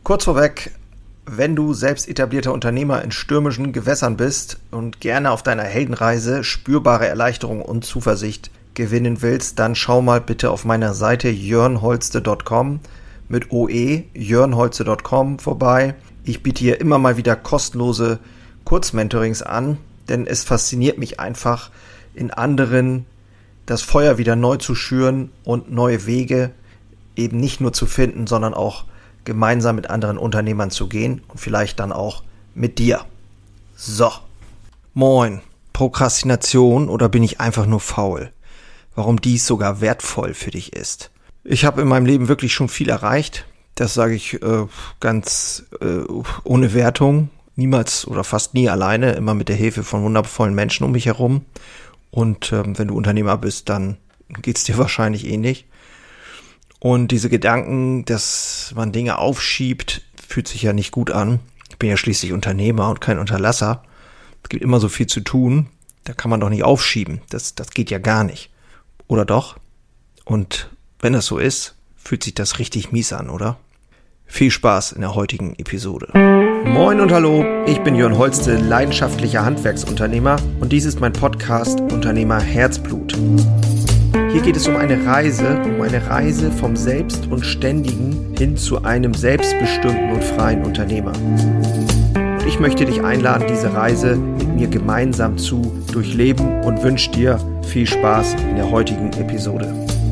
Kurz vorweg, wenn du selbst etablierter Unternehmer in stürmischen Gewässern bist und gerne auf deiner Heldenreise spürbare Erleichterung und Zuversicht gewinnen willst, dann schau mal bitte auf meiner Seite jörnholste.com mit OE, jörnholste.com vorbei. Ich biete hier immer mal wieder kostenlose Kurzmentorings an, denn es fasziniert mich einfach, in anderen das Feuer wieder neu zu schüren und neue Wege eben nicht nur zu finden, sondern auch gemeinsam mit anderen Unternehmern zu gehen und vielleicht dann auch mit dir. So. Moin. Prokrastination oder bin ich einfach nur faul? Warum dies sogar wertvoll für dich ist. Ich habe in meinem Leben wirklich schon viel erreicht. Das sage ich ganz ohne Wertung. Niemals oder fast nie alleine, immer mit der Hilfe von wundervollen Menschen um mich herum. Und wenn du Unternehmer bist, dann geht's dir wahrscheinlich ähnlich. Und diese Gedanken, dass man Dinge aufschiebt, fühlt sich ja nicht gut an. Ich bin ja schließlich Unternehmer und kein Unterlasser. Es gibt immer so viel zu tun. Da kann man doch nicht aufschieben. Das geht ja gar nicht. Oder doch? Und wenn das so ist, fühlt sich das richtig mies an, oder? Viel Spaß in der heutigen Episode. Moin und hallo, ich bin Jörn Holste, leidenschaftlicher Handwerksunternehmer und dies ist mein Podcast Unternehmer Herzblut. Hier geht es um eine Reise vom Selbst und Ständigen hin zu einem selbstbestimmten und freien Unternehmer. Und ich möchte dich einladen, diese Reise mit mir gemeinsam zu durchleben und wünsche dir viel Spaß in der heutigen Episode.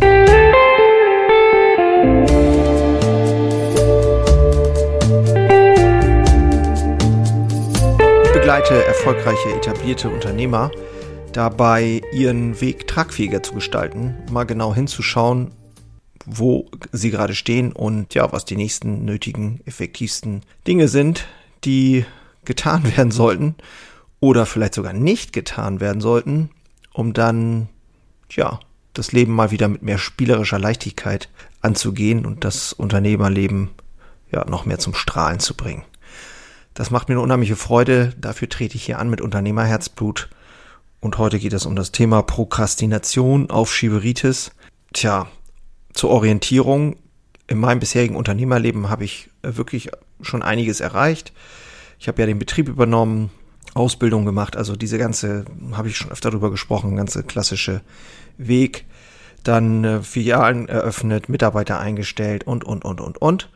Ich begleite erfolgreiche etablierte Unternehmer dabei, ihren Weg tragfähiger zu gestalten, mal genau hinzuschauen, wo sie gerade stehen und ja, was die nächsten nötigen, effektivsten Dinge sind, die getan werden sollten oder vielleicht sogar nicht getan werden sollten, um dann ja das Leben mal wieder mit mehr spielerischer Leichtigkeit anzugehen und das Unternehmerleben ja noch mehr zum Strahlen zu bringen. Das macht mir eine unheimliche Freude, dafür trete ich hier an mit Unternehmerherzblut. Und heute geht es um das Thema Prokrastination, Aufschieberitis. Tja, zur Orientierung. In meinem bisherigen Unternehmerleben habe ich wirklich schon einiges erreicht. Ich habe ja den Betrieb übernommen, Ausbildung gemacht, also diese ganze, habe ich schon öfter darüber gesprochen, ganze klassische Weg. Dann Filialen eröffnet, Mitarbeiter eingestellt und. Und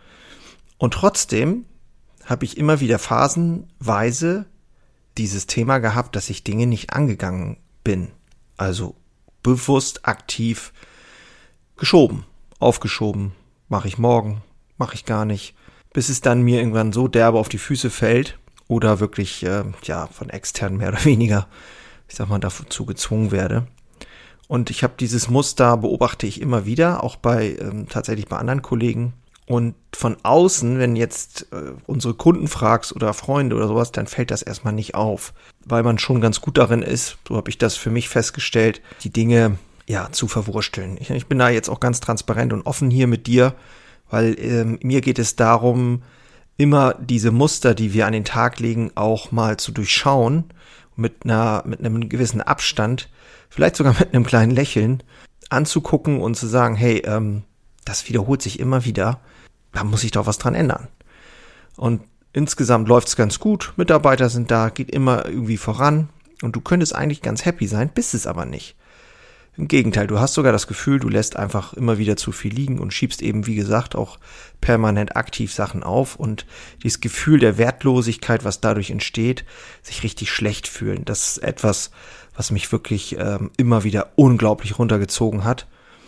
trotzdem habe ich immer wieder phasenweise dieses Thema gehabt, dass ich Dinge nicht angegangen bin. Also bewusst, aktiv geschoben, aufgeschoben, mache ich morgen, mache ich gar nicht, bis es dann mir irgendwann so derbe auf die Füße fällt oder wirklich von extern mehr oder weniger, ich sag mal, dazu gezwungen werde. Und ich habe dieses Muster, beobachte ich immer wieder, auch tatsächlich bei anderen Kollegen. Und von außen, wenn jetzt unsere Kunden fragst oder Freunde oder sowas, dann fällt das erstmal nicht auf, weil man schon ganz gut darin ist, so habe ich das für mich festgestellt, die Dinge zu verwursteln. Ich bin da jetzt auch ganz transparent und offen hier mit dir, weil mir geht es darum, immer diese Muster, die wir an den Tag legen, auch mal zu durchschauen, mit einem gewissen Abstand, vielleicht sogar mit einem kleinen Lächeln, anzugucken und zu sagen, hey, das wiederholt sich immer wieder, da muss ich doch was dran ändern. Und insgesamt läuft es ganz gut, Mitarbeiter sind da, geht immer irgendwie voran und du könntest eigentlich ganz happy sein, bist es aber nicht. Im Gegenteil, du hast sogar das Gefühl, du lässt einfach immer wieder zu viel liegen und schiebst eben, wie gesagt, auch permanent aktiv Sachen auf und dieses Gefühl der Wertlosigkeit, was dadurch entsteht, sich richtig schlecht fühlen, das ist etwas, was mich wirklich immer wieder unglaublich runtergezogen hat.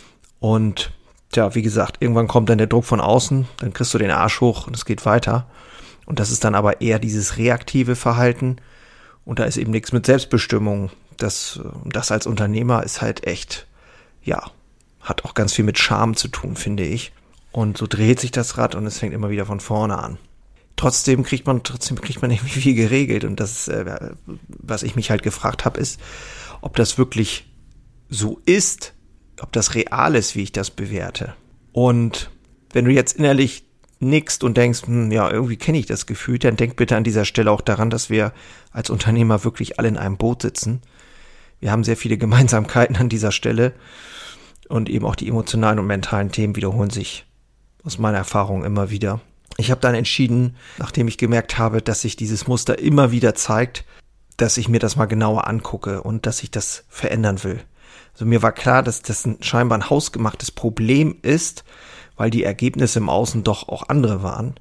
Und wie gesagt, irgendwann kommt dann der Druck von außen, dann kriegst du den Arsch hoch und es geht weiter. Und das ist dann aber eher dieses reaktive Verhalten und da ist eben nichts mit Selbstbestimmung. Das als Unternehmer ist halt echt, hat auch ganz viel mit Scham zu tun, finde ich. Und so dreht sich das Rad und es fängt immer wieder von vorne an. Trotzdem kriegt man irgendwie viel geregelt und das, was ich mich halt gefragt habe, ist, ob das wirklich so ist, ob das real ist, wie ich das bewerte. Und wenn du jetzt innerlich nickst und denkst, irgendwie kenne ich das Gefühl, dann denk bitte an dieser Stelle auch daran, dass wir als Unternehmer wirklich alle in einem Boot sitzen. Wir haben sehr viele Gemeinsamkeiten an dieser Stelle und eben auch die emotionalen und mentalen Themen wiederholen sich aus meiner Erfahrung immer wieder. Ich habe dann entschieden, nachdem ich gemerkt habe, dass sich dieses Muster immer wieder zeigt, dass ich mir das mal genauer angucke und dass ich das verändern will. Also mir war klar, dass das scheinbar ein hausgemachtes Problem ist, weil die Ergebnisse im Außen doch auch andere waren.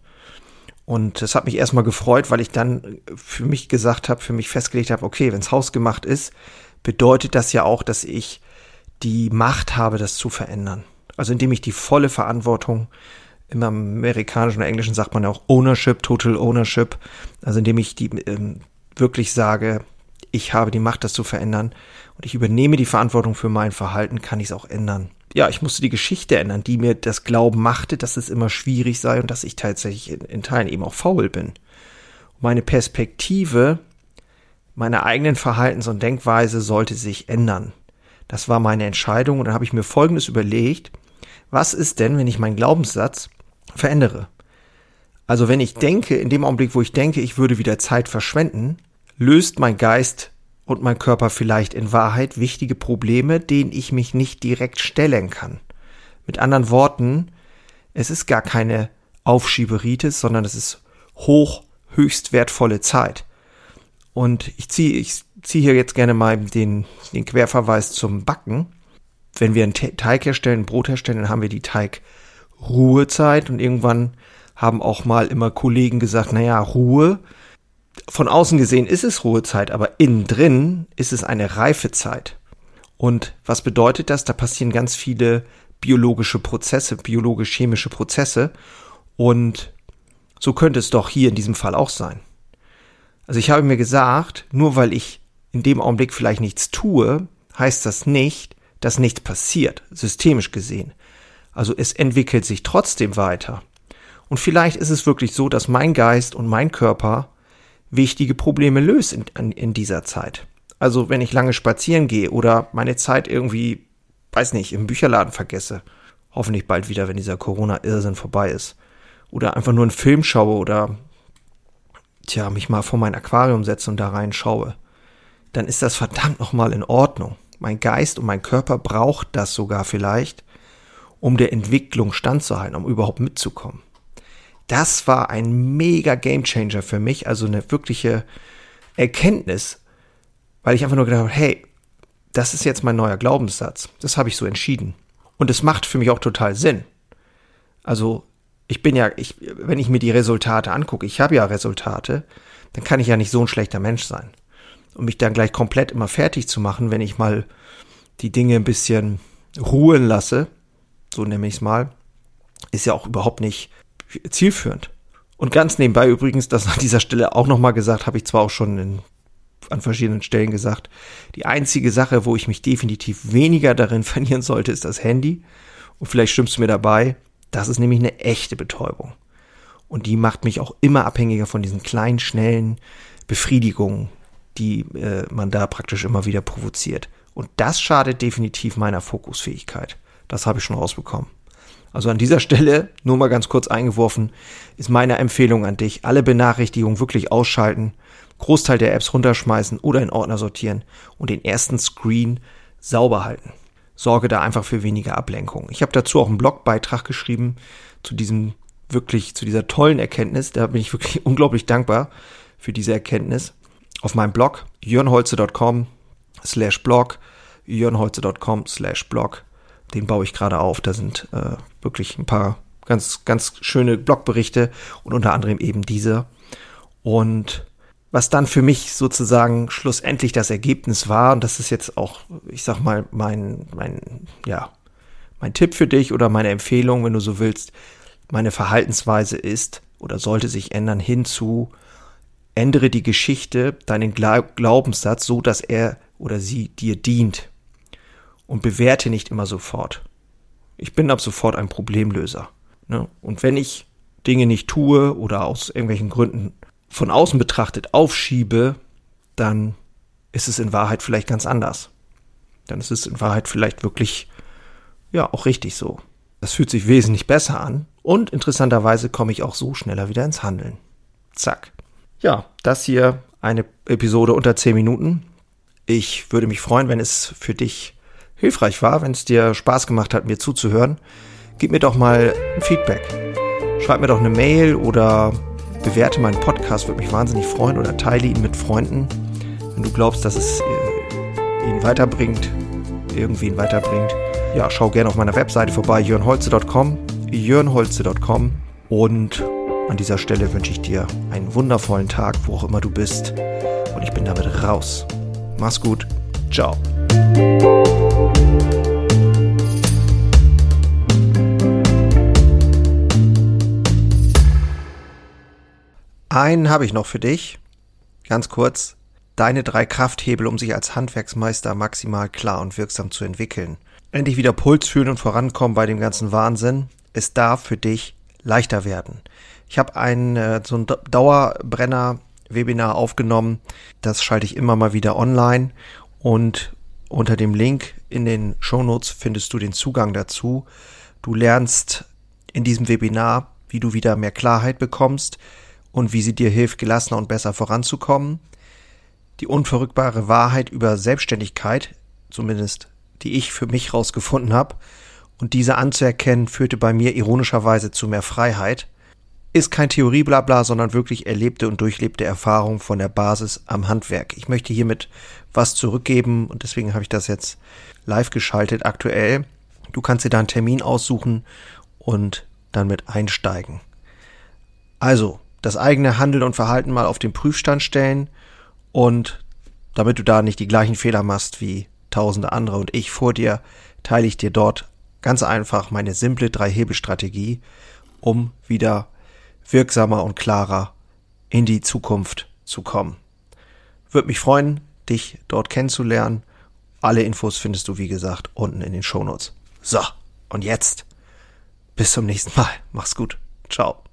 Und das hat mich erstmal gefreut, weil ich dann für mich festgelegt habe, okay, wenn es hausgemacht ist, bedeutet das ja auch, dass ich die Macht habe, das zu verändern. Also indem ich die volle Verantwortung, im amerikanischen oder englischen sagt man ja auch Ownership, Total Ownership, also indem ich die wirklich sage, ich habe die Macht, das zu verändern und ich übernehme die Verantwortung für mein Verhalten, kann ich es auch ändern. Ja, ich musste die Geschichte ändern, die mir das Glauben machte, dass es immer schwierig sei und dass ich tatsächlich in Teilen eben auch faul bin. Meine Perspektive meiner eigenen Verhaltens- und Denkweise sollte sich ändern. Das war meine Entscheidung und dann habe ich mir Folgendes überlegt: Was ist denn, wenn ich meinen Glaubenssatz verändere? Also wenn ich denke, in dem Augenblick, wo ich denke, ich würde wieder Zeit verschwenden, löst mein Geist und mein Körper vielleicht in Wahrheit wichtige Probleme, denen ich mich nicht direkt stellen kann. Mit anderen Worten, es ist gar keine Aufschieberitis, sondern es ist höchst wertvolle Zeit. Und ich ziehe hier jetzt gerne mal den Querverweis zum Backen. Wenn wir einen Teig herstellen, ein Brot herstellen, dann haben wir die Teigruhezeit und irgendwann haben auch mal immer Kollegen gesagt, naja, Ruhe, von außen gesehen ist es Ruhezeit, aber innen drin ist es eine Reifezeit. Und was bedeutet das? Da passieren ganz viele biologische Prozesse, biologisch-chemische Prozesse und so könnte es doch hier in diesem Fall auch sein. Also ich habe mir gesagt, nur weil ich in dem Augenblick vielleicht nichts tue, heißt das nicht, dass nichts passiert, systemisch gesehen. Also es entwickelt sich trotzdem weiter. Und vielleicht ist es wirklich so, dass mein Geist und mein Körper wichtige Probleme löst in dieser Zeit. Also wenn ich lange spazieren gehe oder meine Zeit irgendwie, weiß nicht, im Bücherladen vergesse, hoffentlich bald wieder, wenn dieser Corona-Irrsinn vorbei ist, oder einfach nur einen Film schaue oder mich mal vor mein Aquarium setze und da reinschaue, dann ist das verdammt nochmal in Ordnung. Mein Geist und mein Körper braucht das sogar vielleicht, um der Entwicklung standzuhalten, um überhaupt mitzukommen. Das war ein mega Gamechanger für mich, also eine wirkliche Erkenntnis, weil ich einfach nur gedacht habe, hey, das ist jetzt mein neuer Glaubenssatz. Das habe ich so entschieden. Und es macht für mich auch total Sinn. Also wenn ich mir die Resultate angucke, ich habe ja Resultate, dann kann ich ja nicht so ein schlechter Mensch sein. Und mich dann gleich komplett immer fertig zu machen, wenn ich mal die Dinge ein bisschen ruhen lasse, so nenne ich es mal, ist ja auch überhaupt nicht zielführend. Und ganz nebenbei übrigens, das an dieser Stelle auch nochmal gesagt, habe ich zwar auch schon an verschiedenen Stellen gesagt, die einzige Sache, wo ich mich definitiv weniger darin verlieren sollte, ist das Handy. Und vielleicht stimmst du mir dabei, das ist nämlich eine echte Betäubung. Und die macht mich auch immer abhängiger von diesen kleinen, schnellen Befriedigungen, die man da praktisch immer wieder provoziert. Und das schadet definitiv meiner Fokusfähigkeit. Das habe ich schon rausbekommen. Also an dieser Stelle, nur mal ganz kurz eingeworfen, ist meine Empfehlung an dich, alle Benachrichtigungen wirklich ausschalten, Großteil der Apps runterschmeißen oder in Ordner sortieren und den ersten Screen sauber halten. Sorge da einfach für weniger Ablenkung. Ich habe dazu auch einen Blogbeitrag geschrieben zu dieser tollen Erkenntnis. Da bin ich wirklich unglaublich dankbar für diese Erkenntnis. Auf meinem Blog jörnholze.com/blog, jörnholze.com/blog. Den baue ich gerade auf. Da sind wirklich ein paar ganz, ganz schöne Blogberichte und unter anderem eben dieser. Und was dann für mich sozusagen schlussendlich das Ergebnis war, und das ist jetzt auch, ich sag mal, mein Tipp für dich oder meine Empfehlung, wenn du so willst, meine Verhaltensweise ist oder sollte sich ändern hinzu, ändere die Geschichte, deinen Glaubenssatz, so dass er oder sie dir dient und bewerte nicht immer sofort. Ich bin ab sofort ein Problemlöser. Ne? Und wenn ich Dinge nicht tue oder aus irgendwelchen Gründen von außen betrachtet aufschiebe, dann ist es in Wahrheit vielleicht ganz anders. Dann ist es in Wahrheit vielleicht wirklich, auch richtig so. Das fühlt sich wesentlich besser an und interessanterweise komme ich auch so schneller wieder ins Handeln. Zack. Ja, das hier eine Episode unter 10 Minuten. Ich würde mich freuen, wenn es für dich hilfreich war, wenn es dir Spaß gemacht hat, mir zuzuhören. Gib mir doch mal ein Feedback. schreib mir doch eine Mail oder bewerte meinen Podcast, würde mich wahnsinnig freuen, oder teile ihn mit Freunden, wenn du glaubst, dass es ihn weiterbringt, irgendwen weiterbringt. Ja, schau gerne auf meiner Webseite vorbei, jörnholze.com, und an dieser Stelle wünsche ich dir einen wundervollen Tag, wo auch immer du bist, und ich bin damit raus. Mach's gut. Ciao. Einen habe ich noch für dich. Ganz kurz. Deine 3 Krafthebel, um sich als Handwerksmeister maximal klar und wirksam zu entwickeln. Endlich wieder Puls fühlen und vorankommen bei dem ganzen Wahnsinn. Es darf für dich leichter werden. Ich habe so ein Dauerbrenner-Webinar aufgenommen. Das schalte ich immer mal wieder online. Und unter dem Link in den Shownotes findest du den Zugang dazu. Du lernst in diesem Webinar, wie du wieder mehr Klarheit bekommst und wie sie dir hilft, gelassener und besser voranzukommen. Die unverrückbare Wahrheit über Selbstständigkeit, zumindest die ich für mich rausgefunden habe, und diese anzuerkennen, führte bei mir ironischerweise zu mehr Freiheit. Ist kein Theorieblabla, sondern wirklich erlebte und durchlebte Erfahrung von der Basis am Handwerk. Ich möchte hiermit was zurückgeben und deswegen habe ich das jetzt live geschaltet aktuell. Du kannst dir da einen Termin aussuchen und dann mit einsteigen. Also, das eigene Handeln und Verhalten mal auf den Prüfstand stellen, und damit du da nicht die gleichen Fehler machst wie tausende andere und ich vor dir, teile ich dir dort ganz einfach meine simple 3-Hebel-Strategie, um wieder wirksamer und klarer in die Zukunft zu kommen. Würde mich freuen, dich dort kennenzulernen. Alle Infos findest du, wie gesagt, unten in den Shownotes. So, und jetzt bis zum nächsten Mal. Mach's gut. Ciao.